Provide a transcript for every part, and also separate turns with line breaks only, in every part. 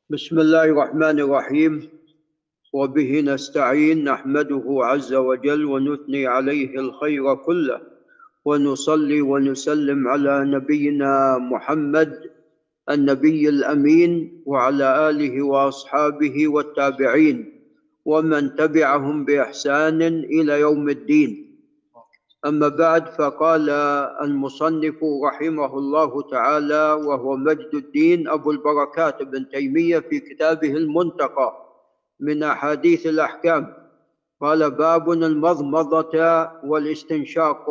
بسم الله الرحمن الرحيم. وبه نستعين، نحمده عز وجل ونثني عليه الخير كله، ونصلي ونسلم على نبينا محمد النبي الأمين وعلى آله وأصحابه والتابعين ومن تبعهم بإحسان إلى يوم الدين. أما بعد، فقال المصنف رحمه الله تعالى وهو مجد الدين أبو البركات بن تيمية في كتابه المنتقى من أحاديث الأحكام، قال: باب المضمضة والاستنشاق.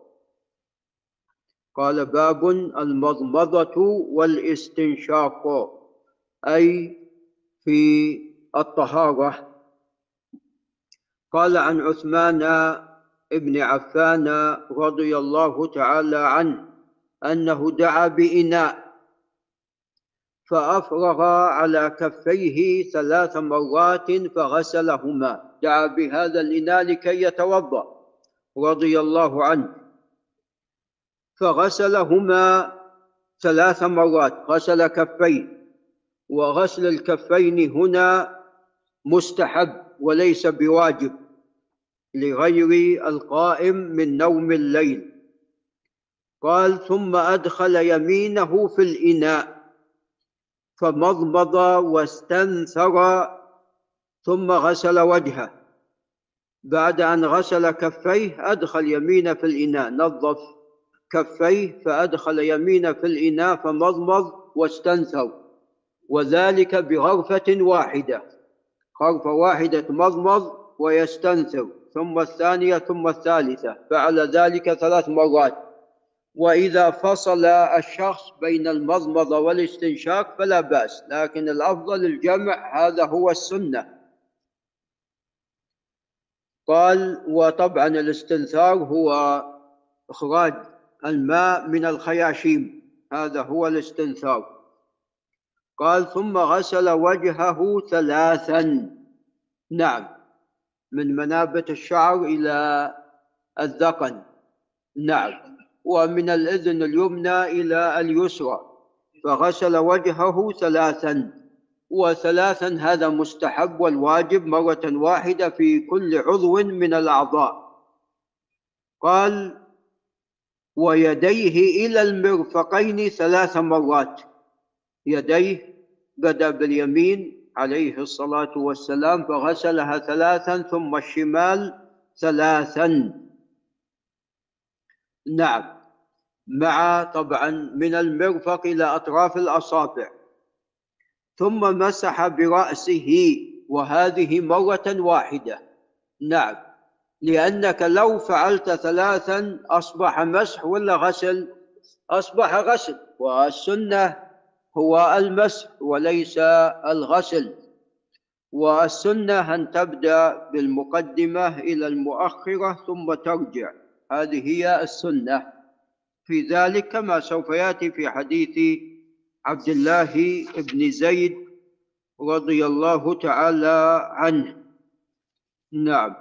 قال: باب المضمضة والاستنشاق، أي في الطهارة. قال: عن عثمان ابن عفان رضي الله تعالى عنه أنه دعا بإناء فأفرغ على كفيه 3 مرات فغسلهما. دعا بهذا الإناء لكي يتوضأ رضي الله عنه، فغسلهما 3 مرات، غسل كفيه. وغسل الكفين هنا مستحب وليس بواجب لغير القائم من نوم الليل. قال: ثم أدخل يمينه في الإناء فمضمض واستنثر ثم غسل وجهه. بعد أن غسل كفيه أدخل يمينه في الإناء، نظف كفيه فأدخل يمينه في الإناء فمضمض واستنثر، وذلك بغرفة واحدة، غرفة واحدة مضمض ويستنثر، ثم الثانية ثم الثالثة، فعل ذلك 3 مرات. وإذا فصل الشخص بين المضمضة والاستنشاق فلا بأس، لكن الأفضل الجمع، هذا هو السنة. قال: وطبعا الاستنثار هو إخراج الماء من الخياشيم، هذا هو الاستنثار. قال: ثم غسل وجهه 3، نعم، من منابت الشعر إلى الذقن، نعم، ومن الأذن اليمنى إلى اليسرى، فغسل وجهه 3، و3 هذا مستحب، والواجب مرة واحدة في كل عضو من الأعضاء. قال: ويديه إلى المرفقين 3 مرات. يديه بدأ باليمين عليه الصلاة والسلام فغسلها 3، ثم الشمال 3، نعم، مع طبعا من المرفق إلى أطراف الأصابع، ثم مسح برأسه، وهذه مرة واحدة، نعم، لأنك لو فعلت 3 أصبح مسح ولا غسل؟ أصبح غسل، والسنة هو المسح وليس الغسل. والسنة أن تبدأ بالمقدمة إلى المؤخرة ثم ترجع، هذه هي السنة في ذلك، كما سوف يأتي في حديث عبد الله بن زيد رضي الله تعالى عنه، نعم.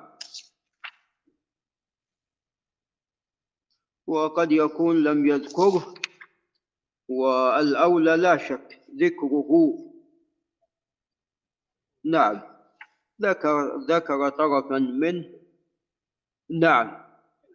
وقد يكون لم يذكره، والأولى لا شك ذكره، نعم، ذكر طرفا منه، نعم.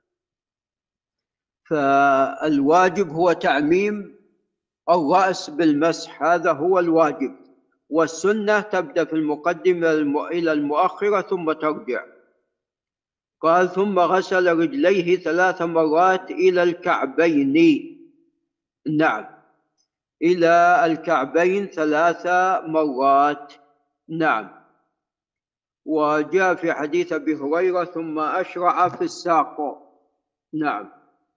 فالواجب هو تعميم الرأس بالمسح، هذا هو الواجب، والسنة تبدأ في المقدمة إلى المؤخرة ثم ترجع. قال: ثم غسل رجليه 3 مرات إلى الكعبين، نعم، إلى الكعبين 3 مرات، نعم. وجاء في حديث أبي هريرة: ثم أشرع في الساق، نعم،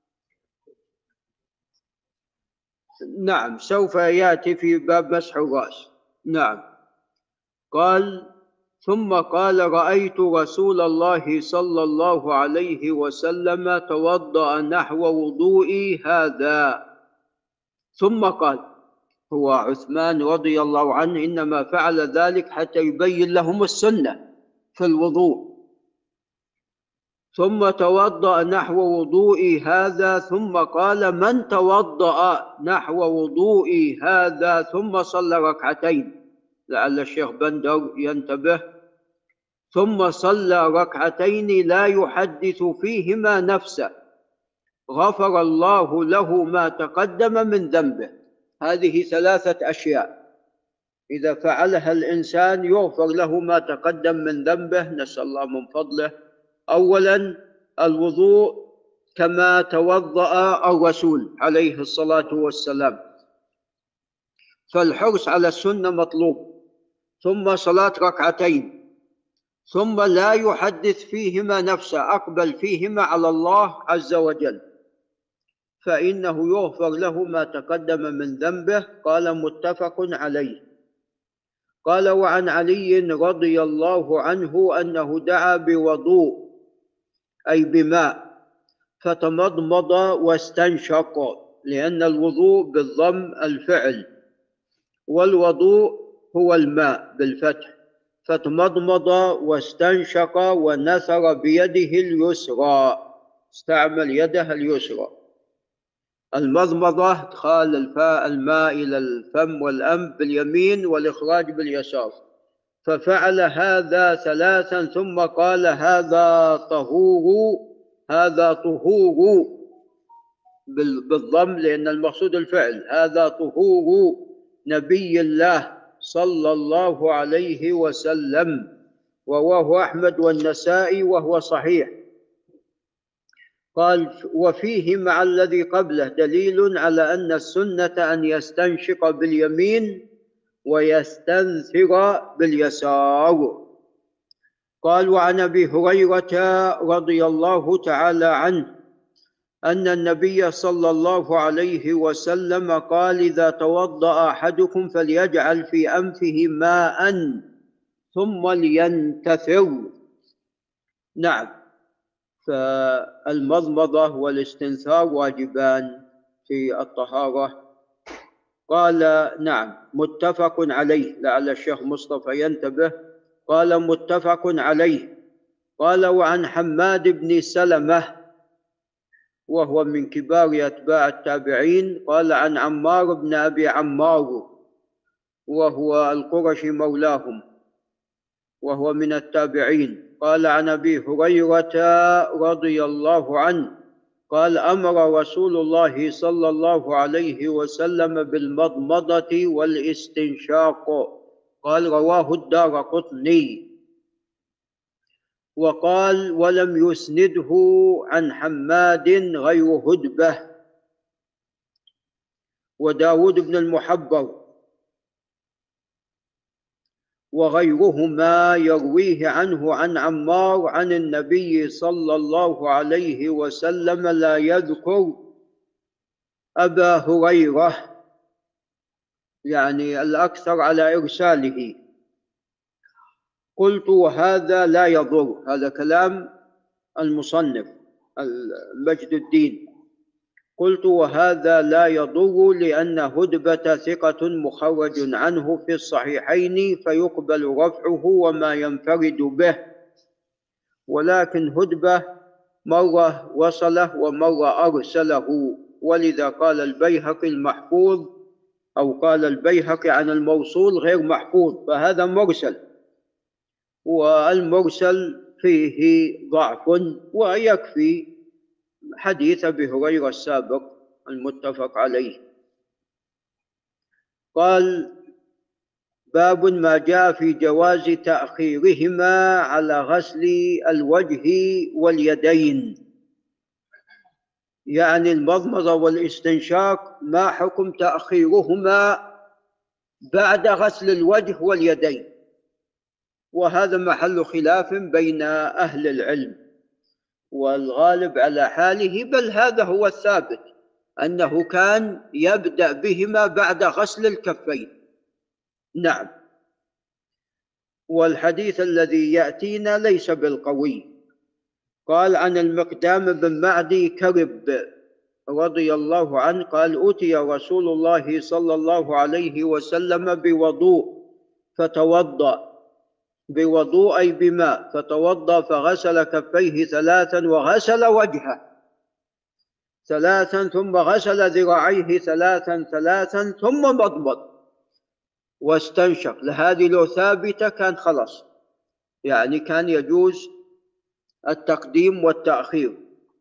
نعم، سوف يأتي في باب مسح الرأس، نعم. قال: ثم قال: رأيت رسول الله صلى الله عليه وسلم توضأ نحو وضوئي هذا. ثم قال، هو عثمان رضي الله عنه إنما فعل ذلك حتى يبين لهم السنة في الوضوء. ثم توضأ نحو وضوئي هذا، ثم قال: من توضأ نحو وضوئي هذا ثم صلى ركعتين، لعل الشيخ بندر ينتبه. ثم صلى ركعتين لا يحدث فيهما نفسه غفر الله له ما تقدم من ذنبه. هذه ثلاثة أشياء إذا فعلها الإنسان يغفر له ما تقدم من ذنبه، نسأل الله من فضله. أولا الوضوء كما توضأ الرسول عليه الصلاة والسلام، فالحرص على السنة مطلوب. ثم صلاة ركعتين، ثم لا يحدث فيهما نفسه، أقبل فيهما على الله عز وجل، فإنه يغفر له ما تقدم من ذنبه. قال متفق عليه. قال وعن علي رضي الله عنه أنه دعا بوضوء أي بماء فتمضمض واستنشق، لأن الوضوء بالضم الفعل والوضوء هو الماء بالفتح، فتمضمض واستنشق ونثر بيده اليسرى، استعمل يده اليسرى. المضمضة إدخال الماء إلى الفم والأنف باليمين والإخراج باليسار، ففعل هذا ثلاثا ثم قال هذا طهور، هذا طهور بالضم لأن المقصود الفعل، هذا طهور نبي الله صلى الله عليه وسلم، رواه أحمد والنسائي وهو صحيح. قال وفيه مع الذي قبله دليل على أن السنة أن يستنشق باليمين ويستنثر باليسار. قال وعن أبي هريرة رضي الله تعالى عنه أن النبي صلى الله عليه وسلم قال إذا توضأ أحدكم فليجعل في أنفه ماء ثم لينتثر. نعم، فالمضمضة والاستنثار واجبان في الطهارة. قال نعم متفق عليه، لعل الشيخ مصطفى ينتبه، قال متفق عليه. قال وعن حماد بن سلمة وهو من كبار أتباع التابعين، قال عن عمار بن أبي عمار وهو القرشي مولاهم وهو من التابعين، قال عن أبي هريرة رضي الله عنه قال أمر رسول الله صلى الله عليه وسلم بالمضمضة والاستنشاق. قال رواه الدارقطني. وقال ولم يسنده عن حماد غير هدبة وداود بن المحبر وغيرهما يرويه عنه عن عمار عن النبي صلى الله عليه وسلم لا يذكر أبا هريرة، يعني الأكثر على إرساله. قلت وهذا لا يضر، هذا كلام المصنف مجد الدين، قلت وهذا لا يضر لأن هدبة ثقة مخرج عنه في الصحيحين فيقبل رفعه وما ينفرد به، ولكن هدبة مرة وصله ومرة أرسله، ولذا قال البيهقي المحفوظ أو قال البيهقي عن الموصول غير محفوظ، فهذا مرسل، والمرسل فيه ضعف، ويكفي حديث أبي هريرة السابق المتفق عليه. قال باب ما جاء في جواز تأخيرهما على غسل الوجه واليدين، يعني المضمضة والاستنشاق ما حكم تأخيرهما بعد غسل الوجه واليدين؟ وهذا محل خلاف بين أهل العلم، والغالب على حاله، بل هذا هو الثابت، أنه كان يبدأ بهما بعد غسل الكفين. نعم، والحديث الذي يأتينا ليس بالقوي. قال عن المقدام بن معدي كرب رضي الله عنه قال أتي رسول الله صلى الله عليه وسلم بوضوء فتوضأ، بوضوء أي بماء، فتوضأ فغسل كفيه ثلاثا وغسل وجهه ثلاثا ثم غسل ذراعيه ثلاثا ثلاثا ثم مضمض، واستنشق، لهذه لو ثابتة كان خلص، يعني كان يجوز التقديم والتأخير.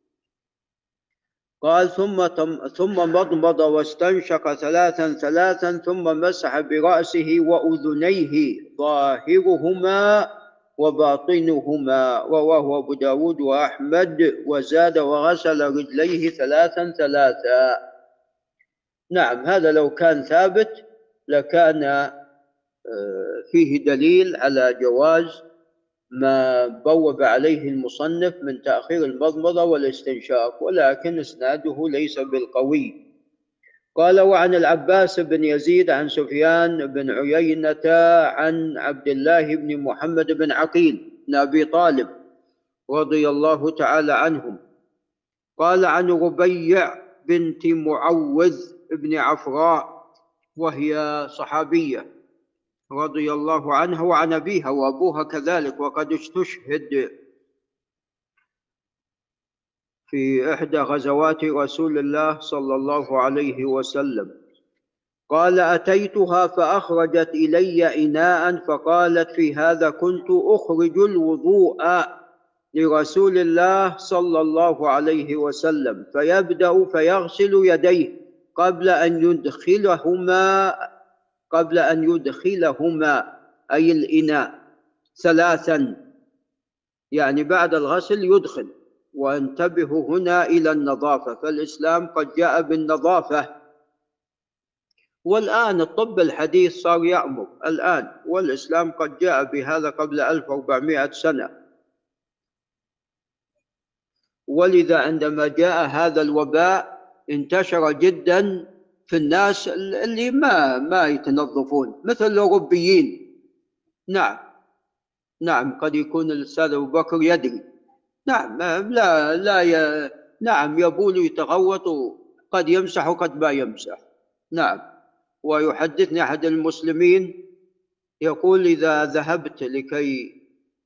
قال ثم مضمض واستنشق ثلاثا ثلاثا ثم مسح برأسه وأذنيه ظاهرهما وباطنهما، رواه أبو داود وأحمد، وزاد وغسل رجليه ثلاثا ثلاثا. نعم، هذا لو كان ثابت لكان فيه دليل على جواز ما بوب عليه المصنف من تأخير المضمضة والاستنشاق، ولكن إسناده ليس بالقوي. قال: وعن العباس بن يزيد عن سفيان بن عيينة عن عبد الله بن محمد بن عقيل بن أبي طالب رضي الله تعالى عنهم قال: عن ربيع بنت معوذ بن عفراء، وهي صحابية رضي الله عنها، وعن أبيها وأبوها كذلك، وقد استشهد في إحدى غزوات رسول الله صلى الله عليه وسلم. قال: أتيتها فأخرجت إلي إناء فقالت: في هذا كنت أخرج الوضوء لرسول الله صلى الله عليه وسلم، فيبدأ فيغسل يديه قبل أن يدخلهما أي الإناء ثلاثا، يعني بعد الغسل يدخل. وانتبهوا هنا إلى النظافة، فالإسلام قد جاء بالنظافة، والآن الطب الحديث صار يأمر الآن، والإسلام قد جاء بهذا قبل 1400 سنة. ولذا عندما جاء هذا الوباء انتشر جدا في الناس اللي ما يتنظفون، مثل الأوروبيين. نعم قد يكون الأستاذ أبو بكر يدري. نعم نعم يبول يتغوط، قد يمسح وقد ما يمسح. نعم. ويحدثني أحد المسلمين يقول: إذا ذهبت لكي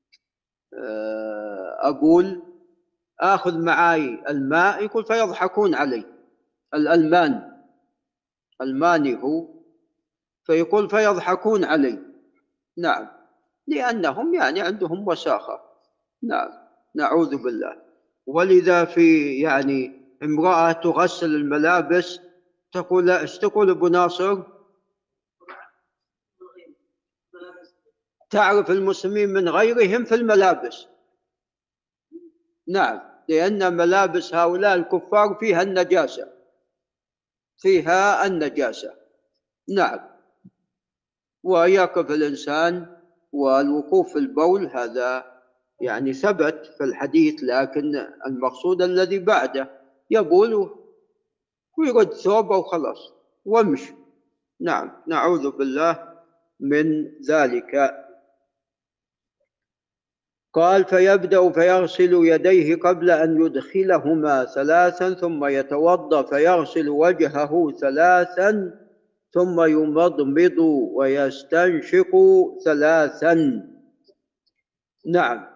أقول آخذ معي الماء، يقول فيضحكون علي. ألماني هو، فيقول فيضحكون علي. نعم، لأنهم يعني عندهم وساخة. نعم، نعوذ بالله. ولذا في يعني امرأة تغسل الملابس تقول: ايش تقول أبو ناصر؟ تعرف المسلمين من غيرهم في الملابس. نعم، لأن ملابس هؤلاء الكفار فيها النجاسة. نعم. ويقف الإنسان، والوقوف في البول هذا يعني ثبت في الحديث، لكن المقصود الذي بعده يبول ويرد ثوبه وخلاص وامشي. نعم، نعوذ بالله من ذلك. قال: فيبدأ فيغسل يديه قبل أن يدخلهما ثلاثا، ثم يتوضأ فيغسل وجهه ثلاثا، ثم يمضمض ويستنشق ثلاثا. نعم.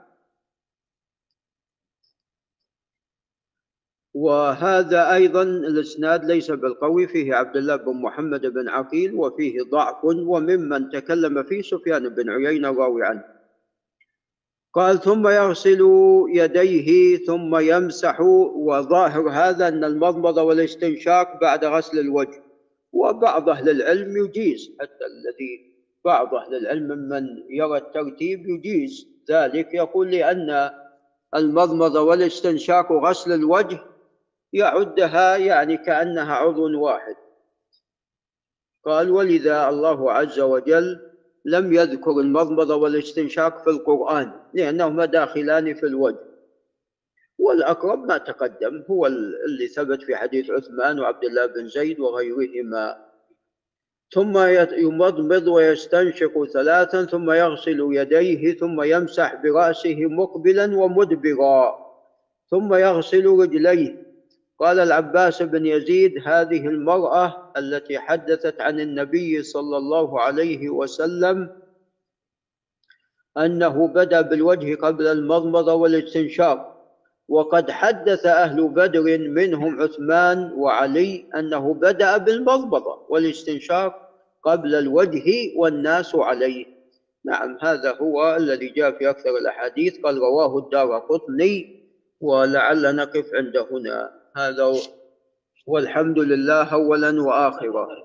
وهذا أيضا الإسناد ليس بالقوي، فيه عبد الله بن محمد بن عقيل وفيه ضعف، وممن تكلم فيه سفيان بن عيينة راوي عنه. قال: ثم يغسل يديه ثم يمسح. وظاهر هذا أن المضمضة والاستنشاق بعد غسل الوجه، وبعض أهل العلم يجيز، حتى بعض أهل العلم ممن يرى الترتيب يجيز ذلك، يقول لأن المضمضة والاستنشاق وغسل الوجه يعدها يعني كأنها عضو واحد. قال: ولذا الله عز وجل لم يذكر المضمضة والاستنشاق في القرآن، لأنهما داخلان في الوجه. والأقرب ما تقدم هو اللي ثبت في حديث عثمان وعبد الله بن زيد وغيرهما. ثم يمضمض ويستنشق ثلاثا، ثم يغسل يديه، ثم يمسح برأسه مقبلا ومدبرا، ثم يغسل رجليه. قال العباس بن يزيد: هذه المرأة التي حدثت عن النبي صلى الله عليه وسلم أنه بدأ بالوجه قبل المضمضة والاستنشاق، وقد حدث أهل بدر منهم عثمان وعلي أنه بدأ بالمضمضة والاستنشاق قبل الوجه والناس عليه. نعم، هذا هو الذي جاء في أكثر الأحاديث. قال رواه الدارقطني. ولعل نقف عند هنا. هذا والحمد لله أولا وآخرا.